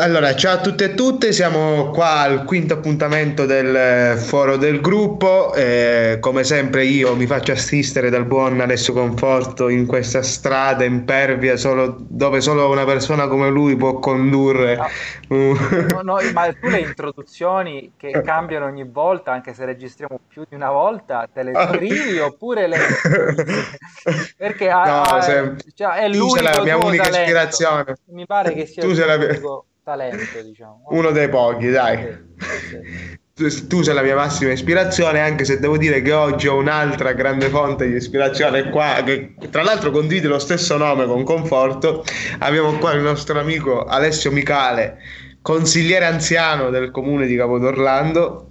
Allora, ciao a tutte e tutte, siamo qua al quinto appuntamento del foro del gruppo. Come sempre io mi faccio assistere dal buon Alessio Conforto in questa strada impervia dove solo una persona come lui può condurre. Ah, un- no, no, ma tu le introduzioni che cambiano ogni volta, anche se registriamo più di una volta, te le scrivi oppure le improvvisi? Perché No, cioè, è tu sei la l'unico mia tuo unica talento. ispirazione. Mi pare che sia Tu il sei tuo la unico talento, diciamo. uno Ok. dei pochi, dai. Sì, sì, sì. Tu sei la mia massima ispirazione, anche se devo dire che oggi ho un'altra grande fonte di ispirazione qua, che tra l'altro condivide lo stesso nome con Conforto. Abbiamo qua il nostro amico Alessio Micale, consigliere anziano del comune di Capodorlando,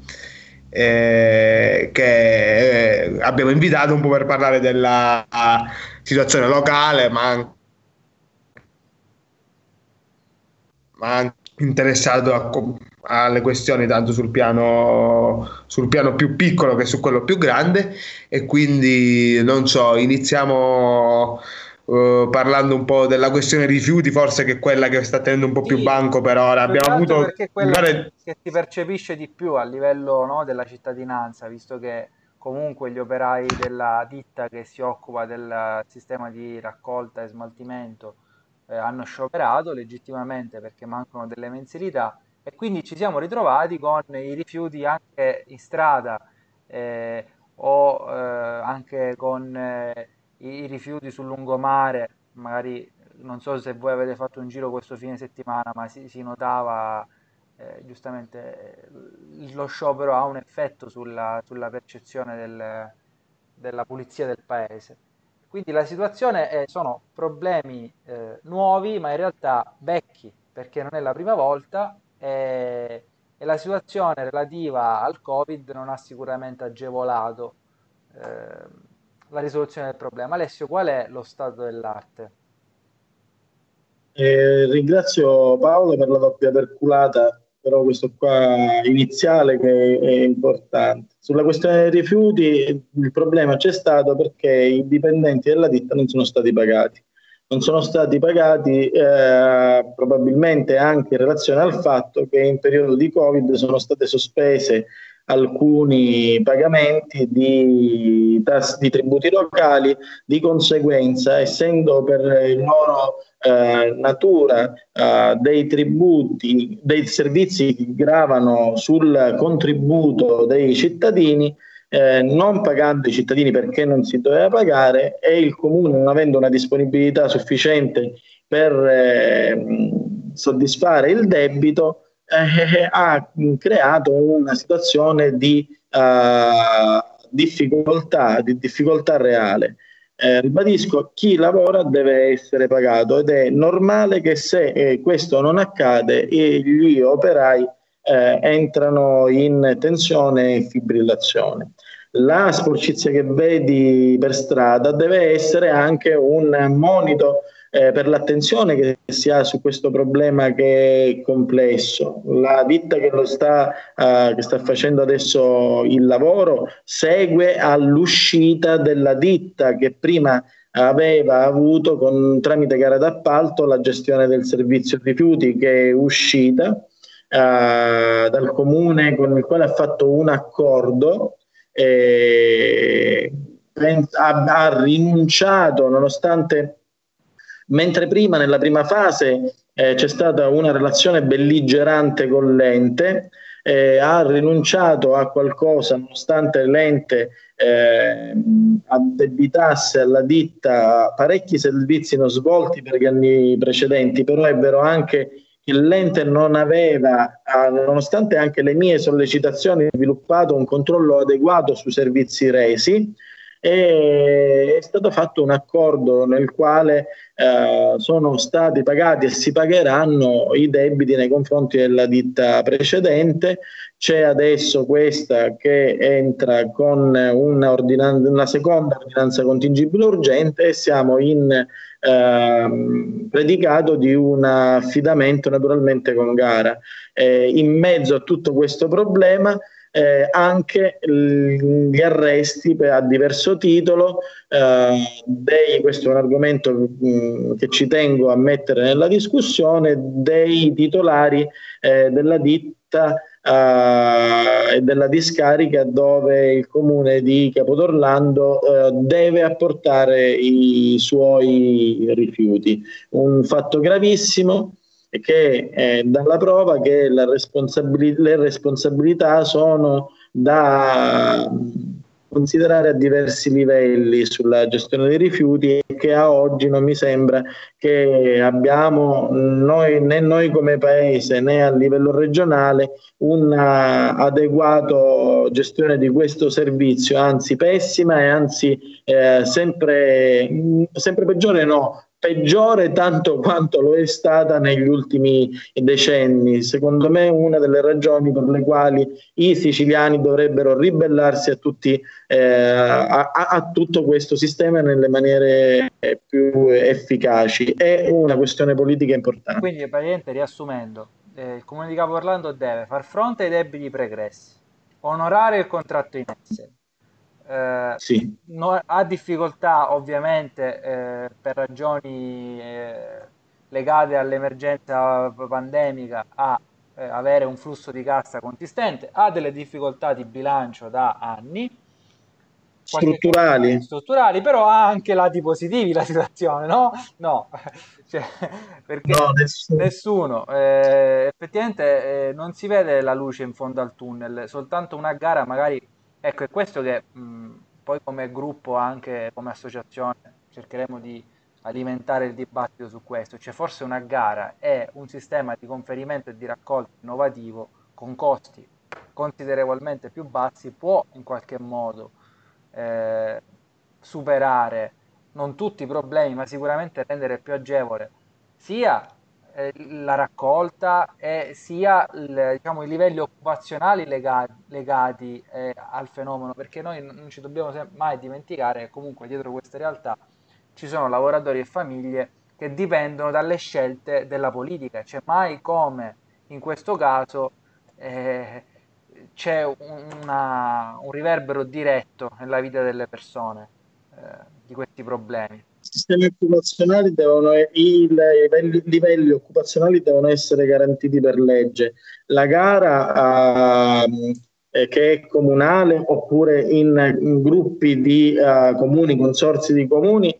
che abbiamo invitato un po' per parlare della situazione locale, ma anche interessato alle questioni tanto sul piano più piccolo che su quello più grande. E quindi non so, iniziamo parlando un po' della questione rifiuti, forse che è quella che sta tenendo un po' più Sì, banco per ora. più che Abbiamo altro avuto, perché è mi quella pare. che si percepisce di più a livello, no, della cittadinanza, visto che comunque gli operai della ditta che si occupa del sistema di raccolta e smaltimento hanno scioperato legittimamente perché mancano delle mensilità e quindi ci siamo ritrovati con i rifiuti anche in strada eh, o anche con i rifiuti sul lungomare, magari non so se voi avete fatto un giro questo fine settimana, ma si notava giustamente lo sciopero ha un effetto sulla percezione della pulizia del paese. Quindi la situazione sono problemi nuovi, ma in realtà vecchi, perché non è la prima volta e la situazione relativa al Covid non ha sicuramente agevolato la risoluzione del problema. Alessio, qual è lo stato dell'arte? Ringrazio Paolo per la doppia perculata, però questo qua iniziale che è importante. Sulla questione dei rifiuti il problema c'è stato perché i dipendenti della ditta non sono stati pagati. Non sono stati pagati probabilmente anche in relazione al fatto che in periodo di Covid sono state sospese alcuni pagamenti di tributi locali, di conseguenza, essendo per il loro natura dei tributi, dei servizi che gravano sul contributo dei cittadini, non pagando i cittadini perché non si doveva pagare e il comune non avendo una disponibilità sufficiente per soddisfare il debito, ha creato una situazione di difficoltà reale. Ribadisco, chi lavora deve essere pagato ed è normale che se questo non accade, gli operai entrano in tensione e fibrillazione. La sporcizia che vedi per strada deve essere anche un monito per l'attenzione che si ha su questo problema che è complesso. La ditta che sta facendo adesso il lavoro segue all'uscita della ditta che prima aveva avuto tramite gara d'appalto la gestione del servizio rifiuti che è uscita dal comune con il quale ha fatto un accordo e ha rinunciato nonostante mentre prima nella prima fase c'è stata una relazione belligerante con l'ente, ha rinunciato a qualcosa nonostante l'ente addebitasse alla ditta parecchi servizi non svolti per gli anni precedenti, però è vero anche che l'ente non aveva, nonostante anche le mie sollecitazioni, sviluppato un controllo adeguato sui servizi resi e è stato fatto un accordo nel quale sono stati pagati e si pagheranno i debiti nei confronti della ditta precedente. C'è adesso questa che entra con una seconda ordinanza contingibile urgente e siamo in predicato di un affidamento naturalmente con gara. In mezzo a tutto questo problema anche gli arresti a diverso titolo questo è un argomento che ci tengo a mettere nella discussione, dei titolari della ditta e della discarica dove il comune di Capodorlando deve apportare i suoi rifiuti. Un fatto gravissimo che dà la prova che le responsabilità sono da considerare a diversi livelli sulla gestione dei rifiuti, e che a oggi non mi sembra che abbiamo né noi come paese né a livello regionale una adeguata gestione di questo servizio, anzi pessima, e anzi sempre peggiore, no, peggiore tanto quanto lo è stata negli ultimi decenni. Secondo me una delle ragioni per le quali i siciliani dovrebbero ribellarsi a tutto questo sistema nelle maniere più efficaci. È una questione politica importante. Quindi, praticamente, riassumendo, il Comune di Capodorlando deve far fronte ai debiti pregressi, onorare il contratto in essere, sì. ha difficoltà ovviamente per ragioni legate all'emergenza pandemica a avere un flusso di cassa consistente, ha delle difficoltà di bilancio da anni, strutturali, però ha anche lati positivi la situazione, no? No, cioè, perché no, nessuno effettivamente non si vede la luce in fondo al tunnel, soltanto una gara magari, ecco, è questo che poi come gruppo, anche come associazione, cercheremo di alimentare il dibattito su questo, cioè forse una gara è un sistema di conferimento e di raccolta innovativo con costi considerevolmente più bassi, può in qualche modo superare non tutti i problemi, ma sicuramente rendere più agevole sia la raccolta e sia diciamo, i livelli occupazionali legati al fenomeno, perché noi non ci dobbiamo mai dimenticare che comunque dietro queste realtà ci sono lavoratori e famiglie che dipendono dalle scelte della politica, cioè mai come in questo caso c'è un riverbero diretto nella vita delle persone di questi problemi. I sistemi occupazionali i livelli occupazionali devono essere garantiti per legge. La gara che è comunale oppure in gruppi di comuni, consorzi di comuni,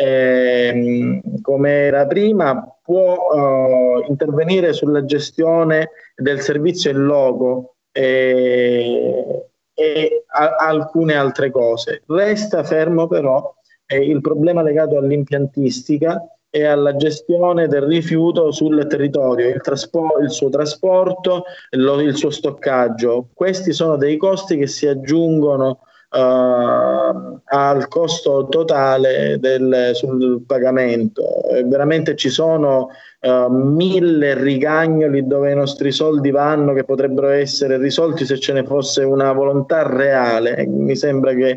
come era prima, può intervenire sulla gestione del servizio in loco e alcune altre cose. Resta fermo però il problema legato all'impiantistica e alla gestione del rifiuto sul territorio, il suo trasporto, il suo stoccaggio. Questi sono dei costi che si aggiungono al costo totale sul pagamento. Veramente ci sono 1000 rigagnoli dove i nostri soldi vanno, che potrebbero essere risolti se ce ne fosse una volontà reale. Mi sembra che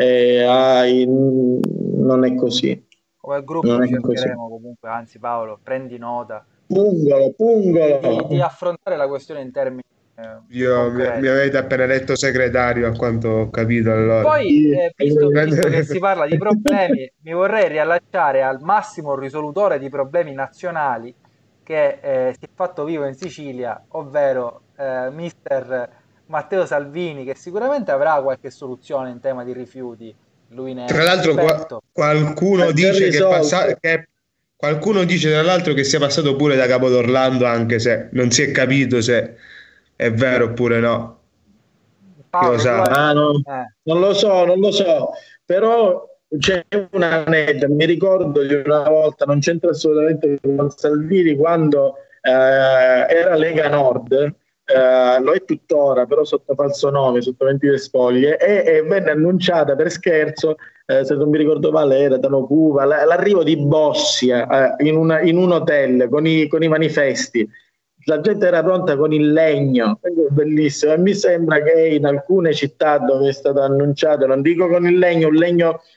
non è così. Come gruppo cercheremo comunque, anzi Paolo, prendi nota pungolo. Di affrontare la questione in termini mi avete appena detto segretario, a quanto ho capito. Allora. Poi, visto che si parla di problemi, mi vorrei riallacciare al massimo risolutore di problemi nazionali che si è fatto vivo in Sicilia, ovvero mister Matteo Salvini, che sicuramente avrà qualche soluzione in tema di rifiuti. Lui ne tra l'altro qualcuno dice qualcuno dice tra l'altro che sia passato pure da Capodorlando, anche se non si è capito se è vero oppure no. Paolo, non lo so, però c'è un aneddoto, mi ricordo di una volta, non c'entra assolutamente con Salvini, quando era Lega Nord, lo è tuttora, però sotto falso nome, sotto mentite spoglie, e venne annunciata per scherzo, se non mi ricordo male era da Nocuva, l'arrivo di Bossi in un hotel con i manifesti. La gente era pronta con il legno, bellissimo, e mi sembra che in alcune città dove è stato annunciato, non dico con il legno, un legno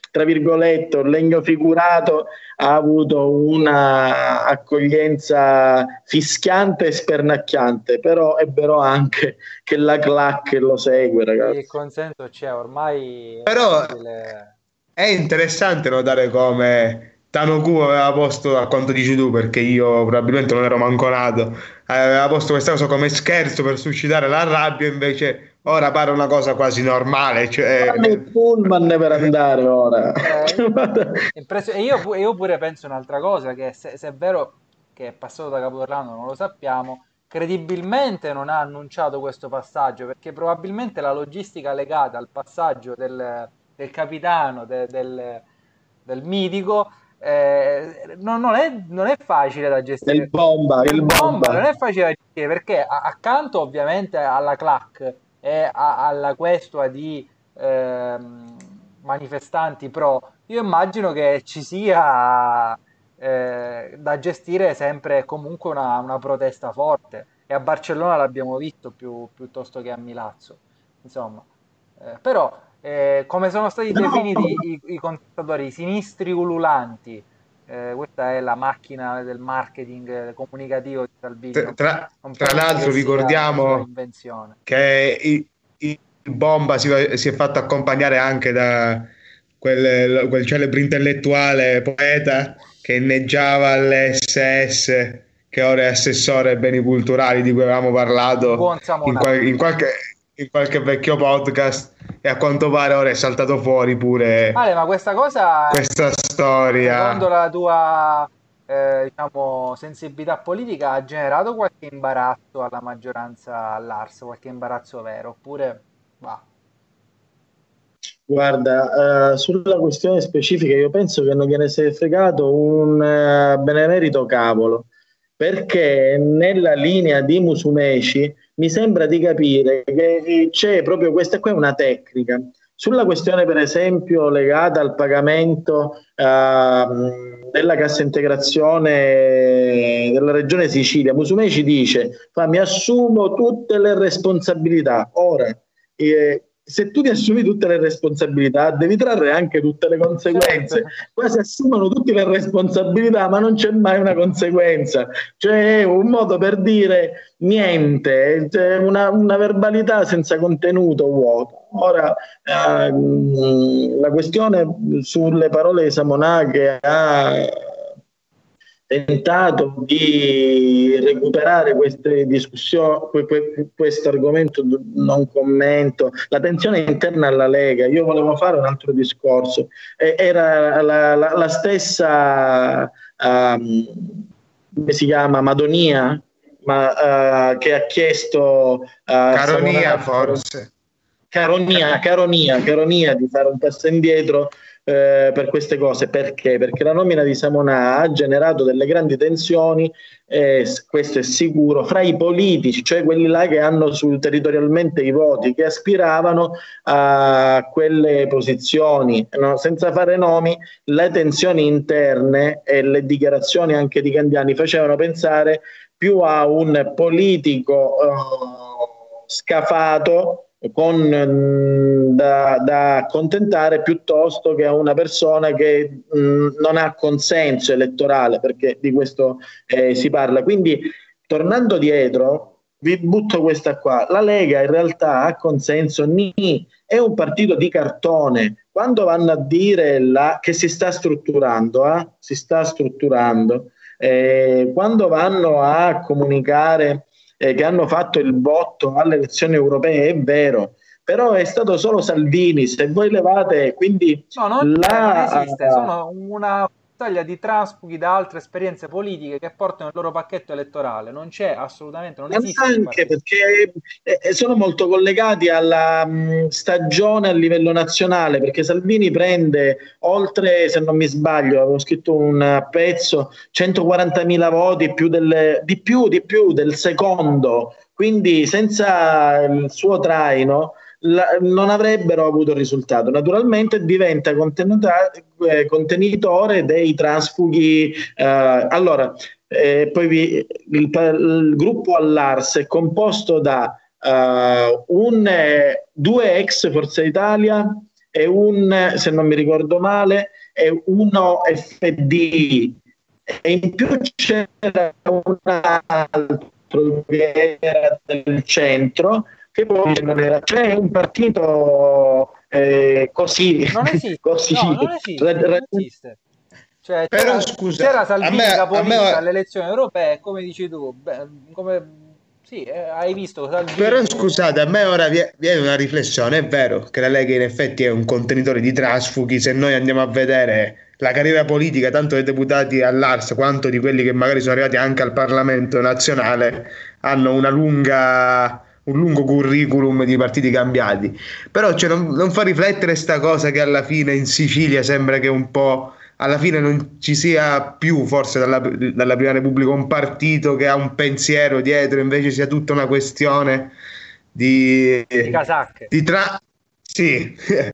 tra virgolette, un legno figurato, ha avuto una accoglienza fischiante e spernacchiante, però è vero anche che la clac lo segue, Il ragazzi. consenso c'è, ormai è Però inutile. è interessante notare come Tanoku aveva posto, a quanto dici tu, perché io probabilmente non ero manco nato, aveva posto questa cosa come scherzo per suscitare la rabbia, invece ora pare una cosa quasi normale, Fanno cioè... il pullman per andare ora. Eh, e io pure penso un'altra cosa, che se è vero che è passato da Capodanno non lo sappiamo, credibilmente non ha annunciato questo passaggio, perché probabilmente la logistica legata al passaggio del capitano, del mitico, non è facile da gestire. Il Del bomba non bomba. è facile da gestire, perché accanto ovviamente alla clac e alla questua di manifestanti pro, io immagino che ci sia da gestire sempre comunque una protesta forte. E a Barcellona l'abbiamo visto piuttosto che a Milazzo. Insomma, però come sono stati definiti i contestatori, i sinistri ululanti, questa è la macchina del marketing comunicativo di Salvini, non Tra penso che l'altro sia una sua ricordiamo invenzione. che il Bomba si è fatto accompagnare anche da quel celebre intellettuale poeta che inneggiava all'SS, che ora è assessore ai beni culturali, di cui avevamo Il parlato buon Samonà. in qualche vecchio podcast, e a quanto pare ora è saltato fuori pure Ale, ma questa cosa, questa secondo storia. la tua, diciamo, sensibilità politica, ha generato qualche imbarazzo alla maggioranza all'Ars, qualche imbarazzo vero, oppure va. Guarda, sulla questione specifica io penso che non gliene sia fregato un benemerito cavolo, perché nella linea di Musumeci mi sembra di capire che c'è proprio questa qua è una tecnica. Sulla questione, per esempio, legata al pagamento della cassa integrazione della regione Sicilia, Musumeci dice: mi assumo tutte le responsabilità. Ora, se tu ti assumi tutte le responsabilità, devi trarre anche tutte le Certo. conseguenze. Qua si assumono tutte le responsabilità, ma non c'è mai una conseguenza. Cioè, è un modo per dire niente, cioè una verbalità senza contenuto vuoto. Ora, la questione sulle parole di Samonà, che ha tentato di recuperare queste discussioni, questo argomento, non commento. La tensione interna alla Lega, io volevo fare un altro discorso, era la stessa, come si chiama, Madonia, che ha chiesto a Caronia, Samonara, forse. Caronia di fare un passo indietro per queste cose. Perché? Perché la nomina di Samonà ha generato delle grandi tensioni, questo è sicuro, fra i politici, cioè quelli là che hanno territorialmente i voti, che aspiravano a quelle posizioni, no? Senza fare nomi, le tensioni interne e le dichiarazioni anche di Candiani facevano pensare più a un politico scafato da accontentare, piuttosto che a una persona che non ha consenso elettorale, perché di questo si parla. Quindi, tornando dietro, vi butto questa qua: la Lega in realtà ha consenso, è un partito di cartone. Quando vanno a dire che si sta strutturando, quando vanno a comunicare che hanno fatto il botto alle elezioni europee, è vero, però è stato solo Salvini. Se voi levate, quindi No, non c'è, non esiste, sono una battaglia di transfughi da altre esperienze politiche che portano il loro pacchetto elettorale, non c'è assolutamente, non esiste un anche partito. perché sono molto collegati alla stagione a livello nazionale, perché Salvini prende oltre, se non mi sbaglio, avevo scritto un pezzo, 140.000 voti di più del secondo, quindi senza il suo traino non avrebbero avuto risultato. Naturalmente diventa contenitore dei transfughi. Allora, il gruppo all'Ars è composto da due ex Forza Italia e un, se non mi ricordo male, e uno FD, e in più c'era un altro che era del centro, che poi non era, c'è un partito così, Non esiste, così. no, non esiste, non esiste. Cioè, Però scusa, c'era Salvini a capolista me alle elezioni europee, come dici tu, beh, sì, hai visto Però Salvini. scusate, a me ora viene una riflessione. È vero che la Lega in effetti è un contenitore di trasfughi. Se noi andiamo a vedere la carriera politica, tanto dei deputati all'Ars quanto di quelli che magari sono arrivati anche al Parlamento nazionale, hanno un lungo curriculum di partiti cambiati. Però cioè, non fa riflettere sta cosa che alla fine in Sicilia sembra che un po' alla fine non ci sia più, forse dalla Prima Repubblica, un partito che ha un pensiero dietro, invece sia tutta una questione di, Di casacche. di tra... Sì,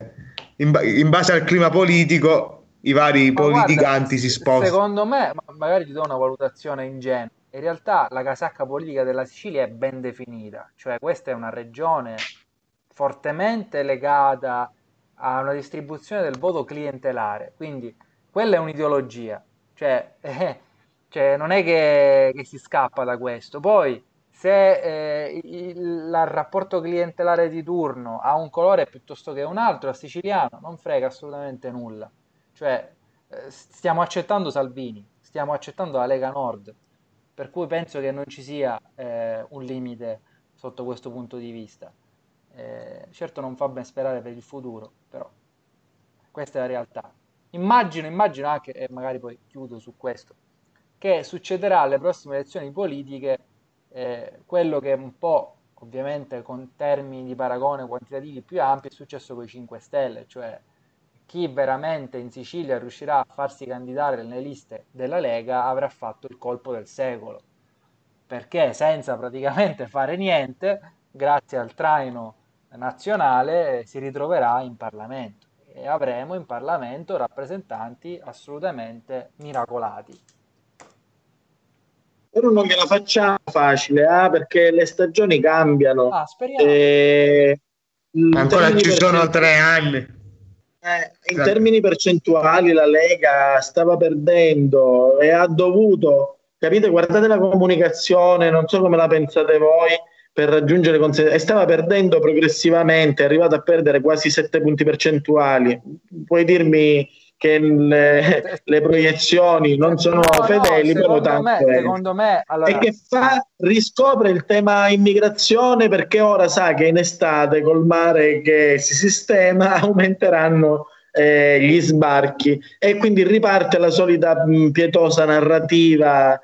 in base al clima politico i vari Ma guarda, politicanti si spostano. secondo me, magari ti do una valutazione ingenua, in realtà la casacca politica della Sicilia è ben definita, cioè questa è una regione fortemente legata a una distribuzione del voto clientelare, quindi quella è un'ideologia, cioè, cioè non è che si scappa da questo. Poi se il rapporto clientelare di turno ha un colore piuttosto che un altro, a siciliano non frega assolutamente nulla. Cioè, stiamo accettando Salvini, stiamo accettando la Lega Nord, per cui penso che non ci sia un limite sotto questo punto di vista. Certo non fa ben sperare per il futuro, però questa è la realtà. Immagino anche, e magari poi chiudo su questo, che succederà alle prossime elezioni politiche quello che un po', ovviamente con termini di paragone quantitativi più ampi, è successo con i 5 Stelle, cioè chi veramente in Sicilia riuscirà a farsi candidare nelle liste della Lega avrà fatto il colpo del secolo, perché senza praticamente fare niente, grazie al traino nazionale, si ritroverà in Parlamento e avremo in Parlamento rappresentanti assolutamente miracolati. Però non gliela facciamo facile, perché le stagioni cambiano. Ah, speriamo. In Ancora termini ci sono percentuali, 3 anni. in termini percentuali la Lega stava perdendo e ha dovuto, capite, guardate la comunicazione, non so come la pensate voi, per raggiungere e stava perdendo progressivamente, è arrivato a perdere quasi 7 punti percentuali. Puoi dirmi che le proiezioni non sono No, fedeli, però tanto è. secondo me, E allora, che fa? Riscopre il tema immigrazione, perché ora sa che in estate col mare che si sistema aumenteranno gli sbarchi, e quindi riparte la solita pietosa narrativa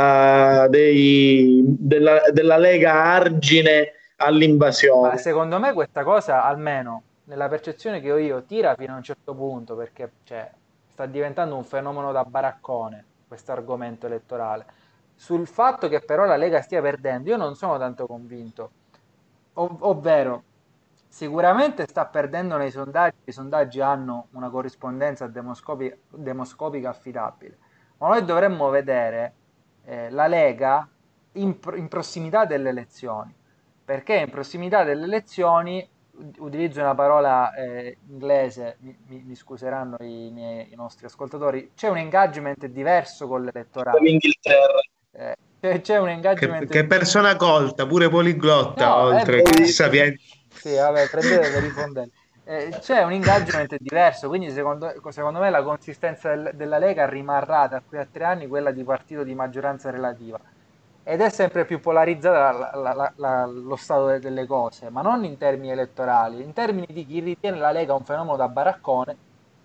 della Lega argine ma all'invasione. secondo me questa cosa, almeno nella percezione che ho io, tira fino a un certo punto, perché cioè, sta diventando un fenomeno da baraccone questo argomento elettorale. Sul fatto che però la Lega stia perdendo, io non sono tanto convinto. Ovvero, sicuramente sta perdendo nei sondaggi, i sondaggi hanno una corrispondenza demoscopica affidabile, ma noi dovremmo vedere la Lega in prossimità delle elezioni, perché in prossimità delle elezioni, utilizzo una parola inglese, mi scuseranno i nostri ascoltatori, c'è un engagement diverso con l'elettorato. L'Inghilterra. C'è un engagement. Che persona colta, pure poliglotta, No, oltre che sapiente. sì, vabbè, prendete per i fondelli. C'è un engagement diverso, quindi secondo me la consistenza della Lega rimarrà da qui a 3 anni quella di partito di maggioranza relativa. Ed è sempre più polarizzata lo stato delle cose, ma non in termini elettorali, in termini di chi ritiene la Lega un fenomeno da baraccone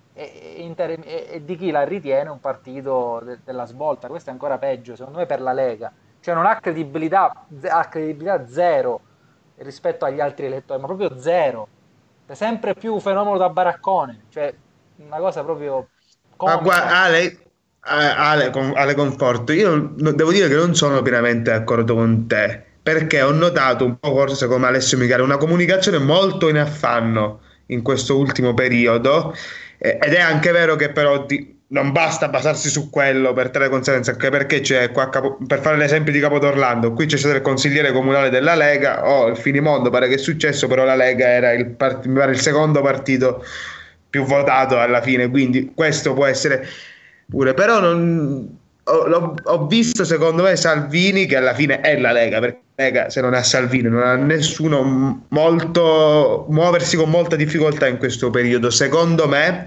e di chi la ritiene un partito della svolta. Questo è ancora peggio, secondo me, per la Lega. Cioè non ha credibilità zero rispetto agli altri elettori, ma proprio zero. È sempre più fenomeno da baraccone, cioè una cosa proprio Ma comica. guarda, Ale Conforto, io devo dire che non sono pienamente d'accordo con te, perché ho notato un po', forse come Alessio Micale, una comunicazione molto in affanno in questo ultimo periodo, ed è anche vero che però non basta basarsi su quello per trarre conseguenze, anche perché c'è qua per fare l'esempio di Capodorlando, qui c'è stato il consigliere comunale della Lega, il finimondo pare che è successo, però la Lega era mi pare il secondo partito più votato alla fine, quindi questo può essere pure, però ho visto secondo me Salvini, che alla fine è la Lega, perché la Lega se non ha Salvini non ha nessuno, muoversi con molta difficoltà in questo periodo. Secondo me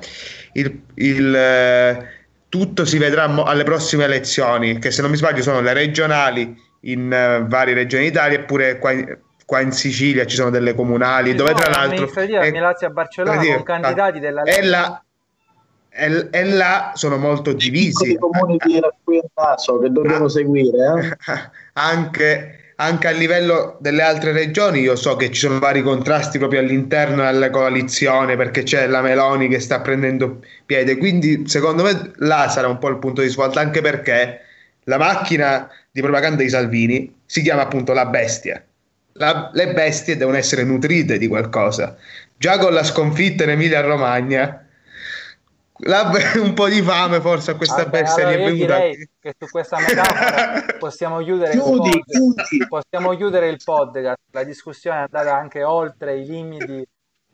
tutto si vedrà alle prossime elezioni, che se non mi sbaglio sono le regionali in varie regioni d'Italia, eppure qua in Sicilia ci sono delle comunali, Ci dove sono tra le l'altro amministrative a Milazzo e a come Barcellona con dire, candidati della e Lega. là, e là sono molto I piccoli divisi. comuni di qui a naso che dobbiamo Ah, seguire, anche a livello delle altre regioni, io so che ci sono vari contrasti proprio all'interno della coalizione, perché c'è la Meloni che sta prendendo piede, quindi secondo me là sarà un po' il punto di svolta, anche perché la macchina di propaganda di Salvini si chiama appunto la bestia. Le bestie devono essere nutrite di qualcosa. Già con la sconfitta in Emilia-Romagna, un po' di fame forse a questa Vabbè, bestia gli allora è io venuta. direi che su questa metafora possiamo chiudere il chiudi, chiudi. possiamo chiudere il podcast. La discussione è andata anche oltre i limiti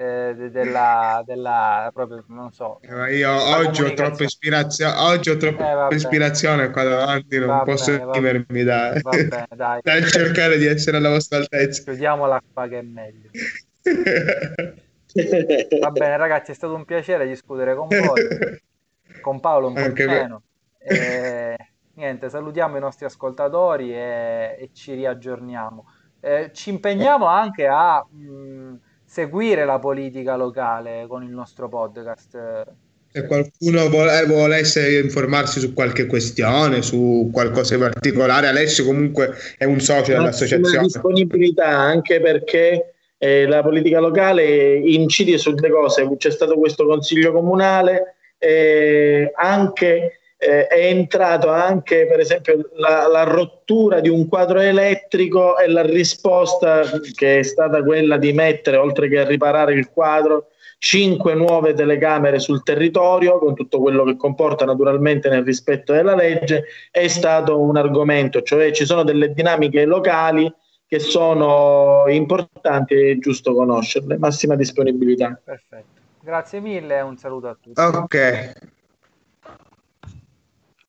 proprio, non so, Io la oggi ho troppa comunicazione. ispirazione, oggi ho troppa Va bene, ispirazione qua davanti, non va posso bene, esprimermi va bene, dai. da cercare di essere alla vostra altezza. Chiudiamola qua che è meglio. Va bene, ragazzi, è stato un piacere discutere con voi, con Paolo un po' di Anche per... meno. E, niente, salutiamo i nostri ascoltatori e ci riaggiorniamo. Ci impegniamo anche a seguire la politica locale con il nostro podcast. Se qualcuno volesse informarsi su qualche questione, su qualcosa in particolare, Alessio comunque è un socio Massima dell'associazione. disponibilità, anche perché la politica locale incide su due cose. C'è stato questo consiglio comunale, è entrato anche per esempio la rottura di un quadro elettrico, e la risposta che è stata quella di mettere, oltre che a riparare il quadro, 5 nuove telecamere sul territorio, con tutto quello che comporta naturalmente nel rispetto della legge. È stato un argomento, cioè ci sono delle dinamiche locali che sono importanti e è giusto conoscerle. Massima disponibilità. Perfetto. Grazie mille e un saluto a tutti. Ok.